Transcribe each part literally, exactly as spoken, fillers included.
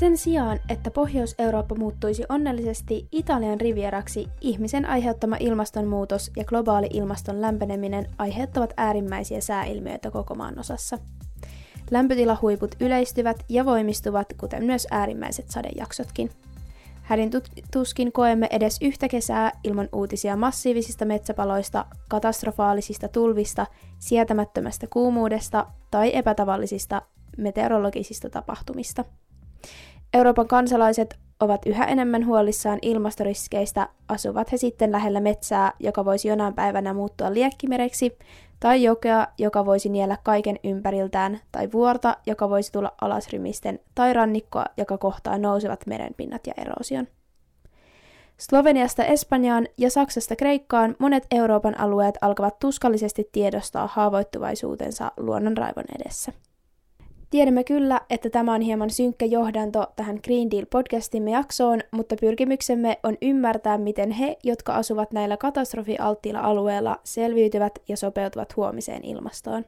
Sen sijaan, että Pohjois-Eurooppa muuttuisi onnellisesti Italian rivieraksi, ihmisen aiheuttama ilmastonmuutos ja globaali ilmaston lämpeneminen aiheuttavat äärimmäisiä sääilmiöitä koko maanosassa. Lämpötilahuiput yleistyvät ja voimistuvat, kuten myös äärimmäiset sadejaksotkin. Hädin tuskin koemme edes yhtä kesää ilman uutisia massiivisista metsäpaloista, katastrofaalisista tulvista, sietämättömästä kuumuudesta tai epätavallisista meteorologisista tapahtumista. Euroopan kansalaiset ovat yhä enemmän huolissaan ilmastoriskeistä, asuvat he sitten lähellä metsää, joka voisi jonain päivänä muuttua liekkimereksi, tai jokea, joka voisi niellä kaiken ympäriltään, tai vuorta, joka voisi tulla alasrymisten, tai rannikkoa, joka kohtaa nousevat merenpinnat ja eroosion. Sloveniasta Espanjaan ja Saksasta Kreikkaan monet Euroopan alueet alkavat tuskallisesti tiedostaa haavoittuvaisuutensa luonnonraivon edessä. Tiedämme kyllä, että tämä on hieman synkkä johdanto tähän Green Deal-podcastimme jaksoon, mutta pyrkimyksemme on ymmärtää, miten he, jotka asuvat näillä katastrofialttiilla alueilla, selviytyvät ja sopeutuvat huomiseen ilmastoon.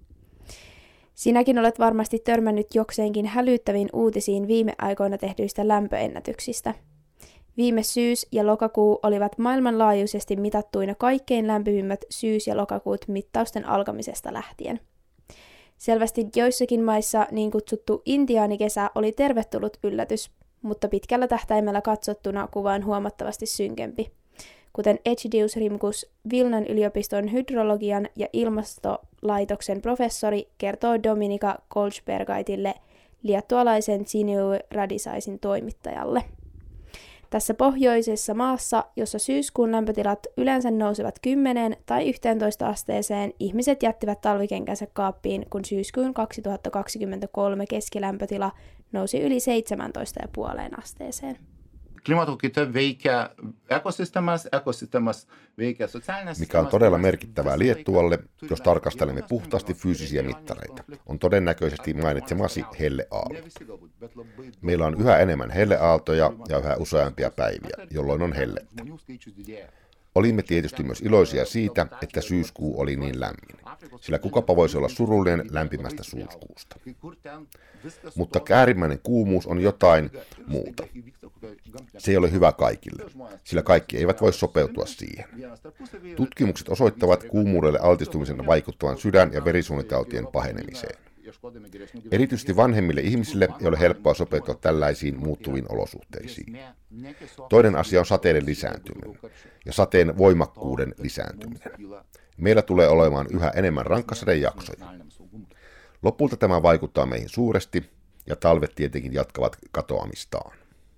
Sinäkin olet varmasti törmännyt jokseenkin hälyttäviin uutisiin viime aikoina tehdyistä lämpöennätyksistä. Viime syys- ja lokakuu olivat maailmanlaajuisesti mitattuina kaikkein lämpimimmät syys- ja lokakuut mittausten alkamisesta lähtien. Selvästi joissakin maissa niin kutsuttu intiaanikesä oli tervetullut yllätys, mutta pitkällä tähtäimellä katsottuna kuva on huomattavasti synkempi. Kuten Egidius Rimkus, Vilnan yliopiston hydrologian ja ilmastolaitoksen professori, kertoo Dominika Kolchbergaitille, liettualaisen Siniu Radisaisin toimittajalle. Tässä pohjoisessa maassa, jossa syyskuun lämpötilat yleensä nousevat kymmeneen tai yhteentoista asteeseen, ihmiset jättivät talvikenkänsä kaappiin, kun syyskuun kaksituhattakaksikymmentäkolme keskilämpötila nousi yli seitsemäntoista pilkku viisi asteeseen. Klimatokito veikia ekosysteemas, ekosysteemas veikia sosiaalinen. Mikä on todella merkittävää Liettualle, jos tarkastelemme puhtaasti fyysisiä mittareita, on todennäköisesti mainitsemasi helleaallot. Meillä on yhä enemmän helleaaltoja ja yhä useampia päiviä, jolloin on hellettä. Olimme tietysti myös iloisia siitä, että syyskuu oli niin lämmin, sillä kukapa voisi olla surullinen lämpimästä syyskuusta. Mutta äärimmäinen kuumuus on jotain muuta. Se ei ole hyvä kaikille, sillä kaikki eivät voi sopeutua siihen. Tutkimukset osoittavat kuumuudelle altistumisen vaikuttavan sydän- ja verisuonitautien pahenemiseen. Erityisesti vanhemmille ihmisille ei ole helppoa sopeutua tällaisiin muuttuviin olosuhteisiin. Toinen asia on sateiden lisääntyminen ja sateen voimakkuuden lisääntyminen. Meillä tulee olemaan yhä enemmän rankkasadejaksoja. Lopulta tämä vaikuttaa meihin suuresti ja talvet tietenkin jatkavat katoamistaan.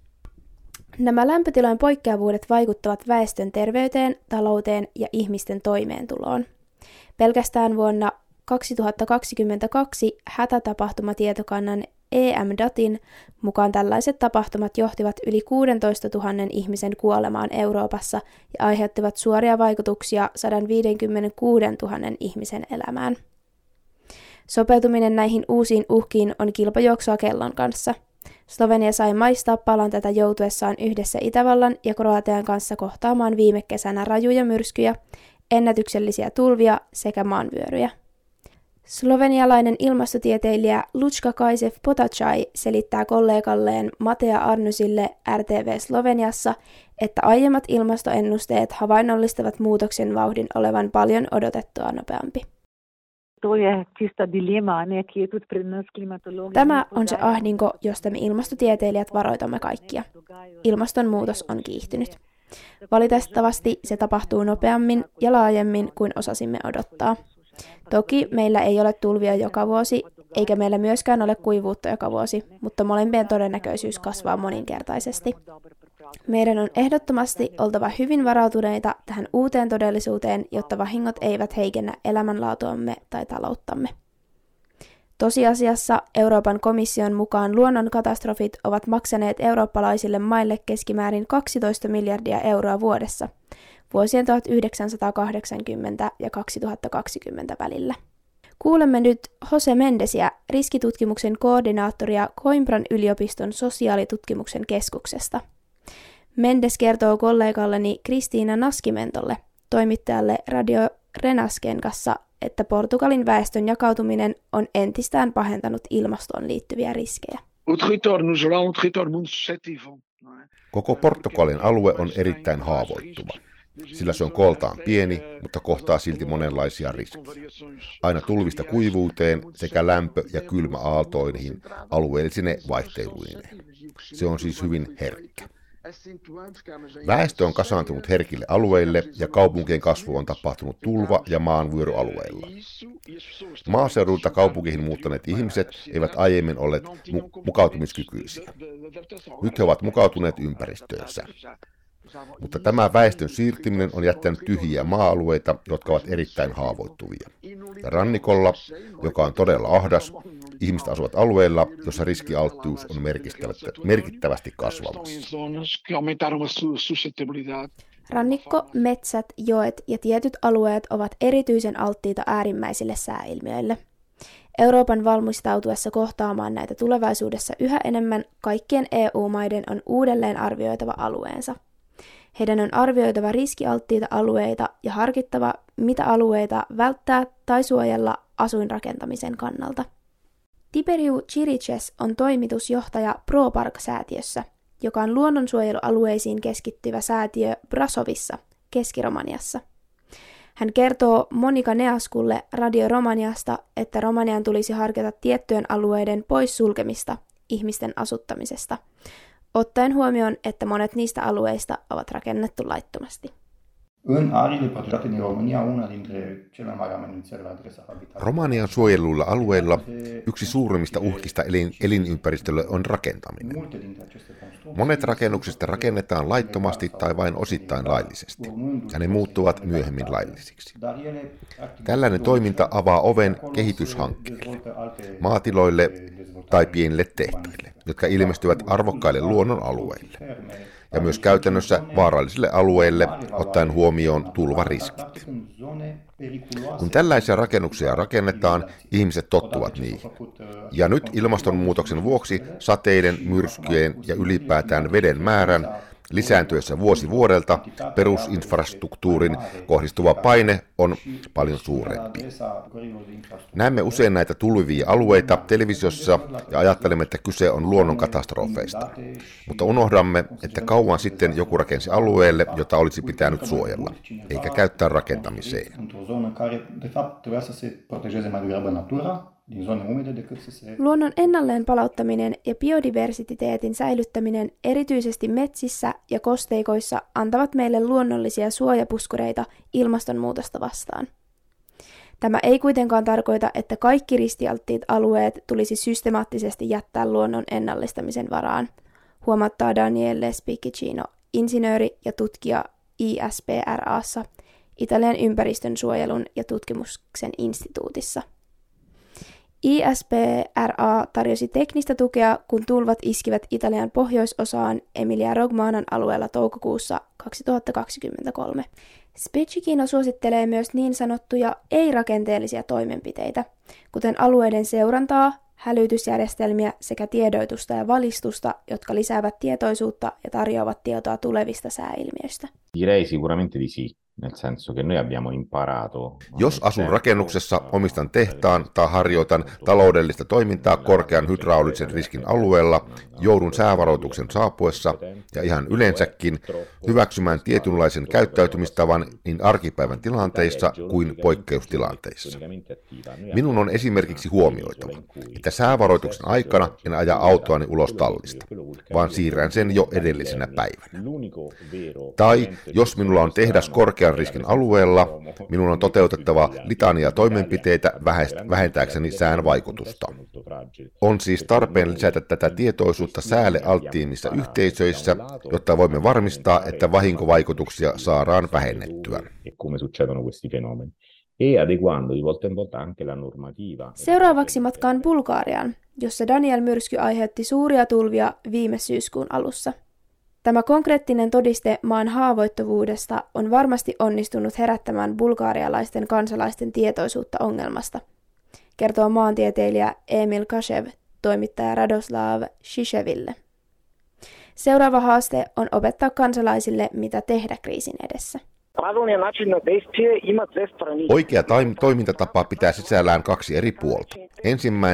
Nämä lämpötilojen poikkeavuudet vaikuttavat väestön terveyteen, talouteen ja ihmisten toimeentuloon. Pelkästään vuonna kaksituhattakaksikymmentäkaksi hätätapahtumatietokannan E M DATin mukaan tällaiset tapahtumat johtivat yli kuusitoistatuhatta ihmisen kuolemaan Euroopassa ja aiheuttivat suoria vaikutuksia sata viisikymmentäkuusituhatta ihmisen elämään. Sopeutuminen näihin uusiin uhkiin on kilpajuoksua kellon kanssa. Slovenia sai maistaa palan tätä joutuessaan yhdessä Itävallan ja Kroatian kanssa kohtaamaan viime kesänä rajuja myrskyjä, ennätyksellisiä tulvia sekä maanvyöryjä. Slovenialainen ilmastotieteilijä Lučka Kaisev-Potacai selittää kollegalleen Matea Arnusille R T V Sloveniassa, että aiemmat ilmastoennusteet havainnollistavat muutoksen vauhdin olevan paljon odotettua nopeampi. Tämä on se ahdinko, josta me ilmastotieteilijät varoitamme kaikkia. Ilmastonmuutos on kiihtynyt. Valitettavasti se tapahtuu nopeammin ja laajemmin kuin osasimme odottaa. Toki meillä ei ole tulvia joka vuosi, eikä meillä myöskään ole kuivuutta joka vuosi, mutta molempien todennäköisyys kasvaa moninkertaisesti. Meidän on ehdottomasti oltava hyvin varautuneita tähän uuteen todellisuuteen, jotta vahingot eivät heikennä elämänlaatuamme tai talouttamme. Tosiasiassa Euroopan komission mukaan luonnonkatastrofit ovat maksaneet eurooppalaisille maille keskimäärin kaksitoista miljardia euroa vuodessa vuosien tuhatyhdeksänsataakahdeksankymmentä ja kaksituhattakaksikymmentä välillä. Kuulemme nyt Jose Mendesiä, riskitutkimuksen koordinaattoria Coimbran yliopiston sosiaalitutkimuksen keskuksesta. Mendes kertoo kollegalleni Kristiina Naskimentolle, toimittajalle Radio Renaskenkassa, että Portugalin väestön jakautuminen on entistään pahentanut ilmastoon liittyviä riskejä. Koko Portugalin alue on erittäin haavoittuva, sillä se on kooltaan pieni, mutta kohtaa silti monenlaisia riskejä. Aina tulvista kuivuuteen sekä lämpö- ja kylmäaaltoihin alueellisine vaihteluineen. Se on siis hyvin herkkä. Väestö on kasaantunut herkille alueille ja kaupunkien kasvu on tapahtunut tulva- ja maanvyöryalueilla. Maaseudulta kaupunkiin muuttaneet ihmiset eivät aiemmin olleet mu- mukautumiskykyisiä. Nyt he ovat mukautuneet ympäristöönsä. Mutta tämä väestön siirtyminen on jättänyt tyhjiä maa-alueita, jotka ovat erittäin haavoittuvia. Ja rannikolla, joka on todella ahdas, ihmiset asuvat alueilla, jossa riskialttius on merkittävästi kasvamassa. Rannikko, metsät, joet ja tietyt alueet ovat erityisen alttiita äärimmäisille sääilmiöille. Euroopan valmistautuessa kohtaamaan näitä tulevaisuudessa yhä enemmän kaikkien E U-maiden on uudelleen arvioitava alueensa. Heidän on arvioitava riskialttiita alueita ja harkittava, mitä alueita välttää tai suojella asuinrakentamisen kannalta. Tiberiu Chiriches on toimitusjohtaja ProPark-säätiössä, joka on luonnonsuojelualueisiin keskittyvä säätiö Brasovissa, Keski-Romaniassa. Hän kertoo Monika Neaskulle Radio Romaniasta, että Romanian tulisi harkita tiettyjen alueiden poissulkemista ihmisten asuttamisesta, ottaen huomioon, että monet niistä alueista ovat rakennettu laittomasti. Romanian suojeluilla alueilla yksi suurimmista uhkista elin, elinympäristölle on rakentaminen. Monet rakennuksista rakennetaan laittomasti tai vain osittain laillisesti, ja ne muuttuvat myöhemmin laillisiksi. Tällainen toiminta avaa oven kehityshankkeille, maatiloille tai pienille tehtaille, jotka ilmestyvät arvokkaille luonnonalueille, ja myös käytännössä vaarallisille alueille ottaen huomioon tulvariskit. Kun tällaisia rakennuksia rakennetaan, ihmiset tottuvat niihin. Ja nyt ilmastonmuutoksen vuoksi sateiden, myrskyjen ja ylipäätään veden määrän lisääntyessä vuosi vuodelta perusinfrastruktuurin kohdistuva paine on paljon suurempi. Näemme usein näitä tulvivia alueita televisiossa ja ajattelemme, että kyse on luonnonkatastrofeista. Mutta unohdamme, että kauan sitten joku rakensi alueelle, jota olisi pitänyt suojella, eikä käyttää rakentamiseen. Luonnon ennalleen palauttaminen ja biodiversiteetin säilyttäminen erityisesti metsissä ja kosteikoissa antavat meille luonnollisia suojapuskureita ilmastonmuutosta vastaan. Tämä ei kuitenkaan tarkoita, että kaikki riskialttiit alueet tulisi systemaattisesti jättää luonnon ennallistamisen varaan, huomattaa Daniele Spicicino, insinööri ja tutkija I S P R A:ssa, Italian ympäristönsuojelun ja tutkimuksen instituutissa. I S P R A tarjosi teknistä tukea, kun tulvat iskivät Italian pohjoisosaan Emilia-Romagnan alueella toukokuussa kaksituhattakaksikymmentäkolme. Spicicino suosittelee myös niin sanottuja ei-rakenteellisia toimenpiteitä, kuten alueiden seurantaa, hälytysjärjestelmiä sekä tiedoitusta ja valistusta, jotka lisäävät tietoisuutta ja tarjoavat tietoa tulevista sääilmiöistä. Direi sicuramente di sì. Nel senso che noi abbiamo imparato. Jos asun rakennuksessa, omistan tehtaan tai harjoitan taloudellista toimintaa korkean hydraulisen riskin alueella, joudun säävaroituksen saapuessa ja ihan yleensäkin hyväksymään tietynlaisen käyttäytymistavan niin arkipäivän tilanteissa kuin poikkeustilanteissa. Minun on esimerkiksi huomioitava, että säävaroituksen aikana en aja autoani ulos tallista, vaan siirrän sen jo edellisenä päivänä. Tai jos minulla on tehdas korkean riskin alueella, minun on toteutettava litania toimenpiteitä vähentääkseni sään vaikutusta. On siis tarpeen lisätä tätä tietoisuutta säälle alttiimmissa yhteisöissä, jotta voimme varmistaa, että vahinkovaikutuksia saadaan vähennettyä. Seuraavaksi matkaan Bulgariaan, jossa Daniel-myrsky aiheutti suuria tulvia viime syyskuun alussa. Tämä konkreettinen todiste maan haavoittuvuudesta on varmasti onnistunut herättämään bulgarialaisten kansalaisten tietoisuutta ongelmasta, kertoo maantieteilijä Emil Kashev toimittaja Radoslav Shisheville. Seuraava haaste on opettaa kansalaisille, mitä tehdä kriisin edessä. Oikea toimintatapa pitää sisällään kaksi eri puolta. Ensimmäinen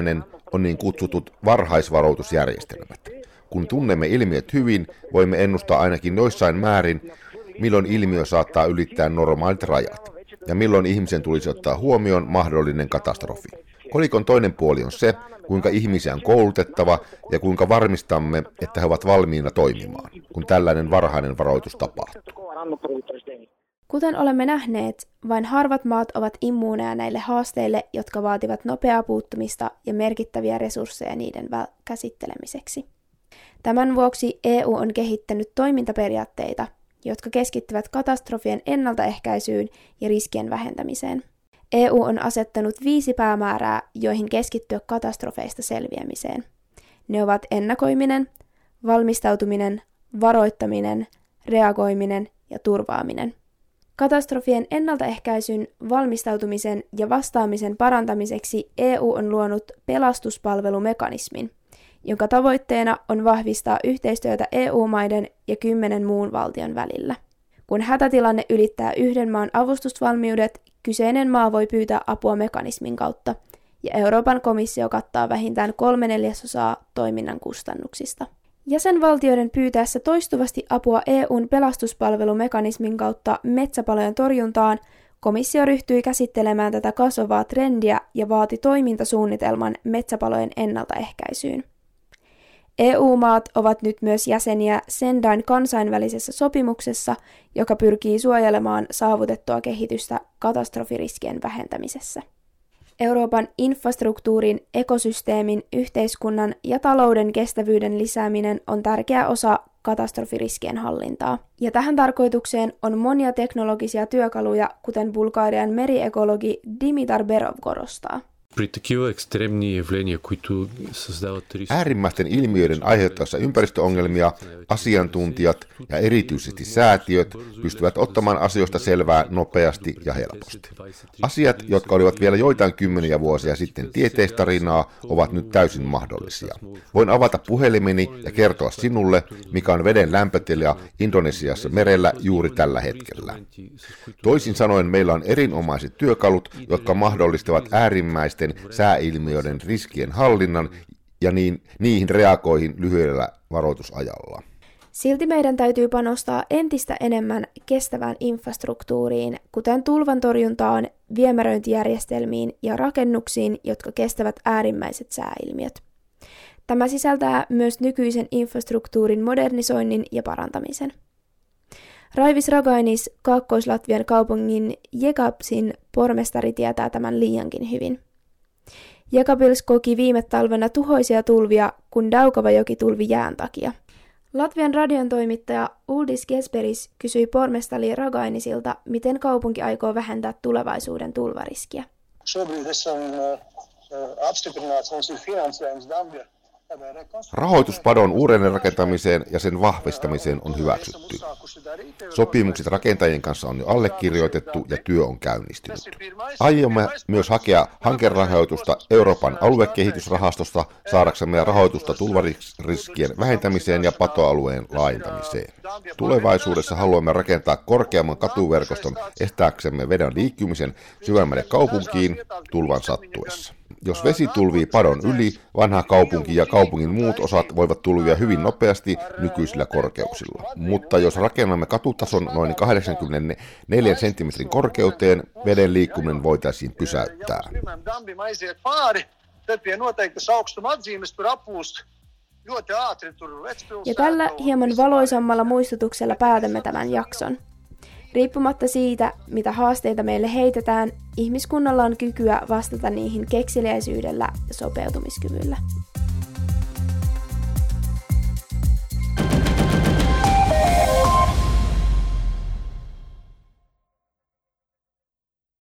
on niin kutsutut varhaisvaroitusjärjestelmät. Kun tunnemme ilmiöt hyvin, voimme ennustaa ainakin joissain määrin, milloin ilmiö saattaa ylittää normaalit rajat, ja milloin ihmisen tulisi ottaa huomioon mahdollinen katastrofi. Kolikon toinen puoli on se, kuinka ihmisiä on koulutettava ja kuinka varmistamme, että he ovat valmiina toimimaan, kun tällainen varhainen varoitus tapahtuu. Kuten olemme nähneet, vain harvat maat ovat immuuneja näille haasteille, jotka vaativat nopeaa puuttumista ja merkittäviä resursseja niiden käsittelemiseksi. Tämän vuoksi E U on kehittänyt toimintaperiaatteita, jotka keskittyvät katastrofien ennaltaehkäisyyn ja riskien vähentämiseen. E U on asettanut viisi päämäärää, joihin keskittyä katastrofeista selviämiseen. Ne ovat ennakoiminen, valmistautuminen, varoittaminen, reagoiminen ja turvaaminen. Katastrofien ennaltaehkäisyn, valmistautumisen ja vastaamisen parantamiseksi E U on luonut pelastuspalvelumekanismin, jonka tavoitteena on vahvistaa yhteistyötä E U-maiden ja kymmenen muun valtion välillä. Kun hätätilanne ylittää yhden maan avustusvalmiudet, kyseinen maa voi pyytää apua mekanismin kautta, ja Euroopan komissio kattaa vähintään kolme neljäsosaa toiminnan kustannuksista. Jäsenvaltioiden pyytäessä toistuvasti apua E U:n pelastuspalvelumekanismin kautta metsäpalojen torjuntaan, komissio ryhtyi käsittelemään tätä kasvavaa trendiä ja vaati toimintasuunnitelman metsäpalojen ennaltaehkäisyyn. E U-maat ovat nyt myös jäseniä Sendain kansainvälisessä sopimuksessa, joka pyrkii suojelemaan saavutettua kehitystä katastrofiriskien vähentämisessä. Euroopan infrastruktuurin, ekosysteemin, yhteiskunnan ja talouden kestävyyden lisääminen on tärkeä osa katastrofiriskien hallintaa. Ja tähän tarkoitukseen on monia teknologisia työkaluja, kuten Bulgarian meriekologi Dimitar Berov korostaa. Äärimmäisten ilmiöiden aiheuttaessa ympäristöongelmia asiantuntijat ja erityisesti säätiöt pystyvät ottamaan asioista selvää nopeasti ja helposti. Asiat, jotka olivat vielä joitain kymmeniä vuosia sitten tieteistarinaa, ovat nyt täysin mahdollisia. Voin avata puhelimeni ja kertoa sinulle, mikä on veden lämpötila Indonesiassa merellä juuri tällä hetkellä. Toisin sanoen meillä on erinomaiset työkalut, jotka mahdollistavat äärimmäisten sääilmiöiden riskien hallinnan ja niin, niihin reagoihin lyhyellä varoitusajalla. Silti meidän täytyy panostaa entistä enemmän kestävään infrastruktuuriin, kuten tulvantorjuntaan, viemäröintijärjestelmiin ja rakennuksiin, jotka kestävät äärimmäiset sääilmiöt. Tämä sisältää myös nykyisen infrastruktuurin modernisoinnin ja parantamisen. Raivis Ragainis, Kaakkois-Latvian kaupungin Jekabsin pormestari, tietää tämän liiankin hyvin. Jekabils koki viime talvena tuhoisia tulvia, kun Daugavajoki tulvi jään takia. Latvian radion toimittaja Uldis Kesperis kysyi pormestari Ragainisilta, miten kaupunki aikoo vähentää tulevaisuuden tulvariskiä. Rahoituspadon uudelleenrakentamiseen ja sen vahvistamiseen on hyväksytty. Sopimukset rakentajien kanssa on jo allekirjoitettu ja työ on käynnistynyt. Aiomme myös hakea hankerahoitusta Euroopan aluekehitysrahastosta saadaksemme rahoitusta tulvariskien vähentämiseen ja patoalueen laajentamiseen. Tulevaisuudessa haluamme rakentaa korkeamman katuverkoston estääksemme veden liikkumisen syvemmälle kaupunkiin tulvan sattuessa. Jos vesi tulvii padon yli, vanha kaupunki ja kaupungin muut osat voivat tulvia hyvin nopeasti nykyisillä korkeuksilla. Mutta jos rakennamme katutason noin kahdeksankymmentäneljä senttimetrin korkeuteen, veden liikkuminen voitaisiin pysäyttää. Ja tällä hieman valoisammalla muistutuksella päätämme tämän jakson. Riippumatta siitä, mitä haasteita meille heitetään, ihmiskunnalla on kykyä vastata niihin kekseliäisyydellä ja sopeutumiskyvyllä.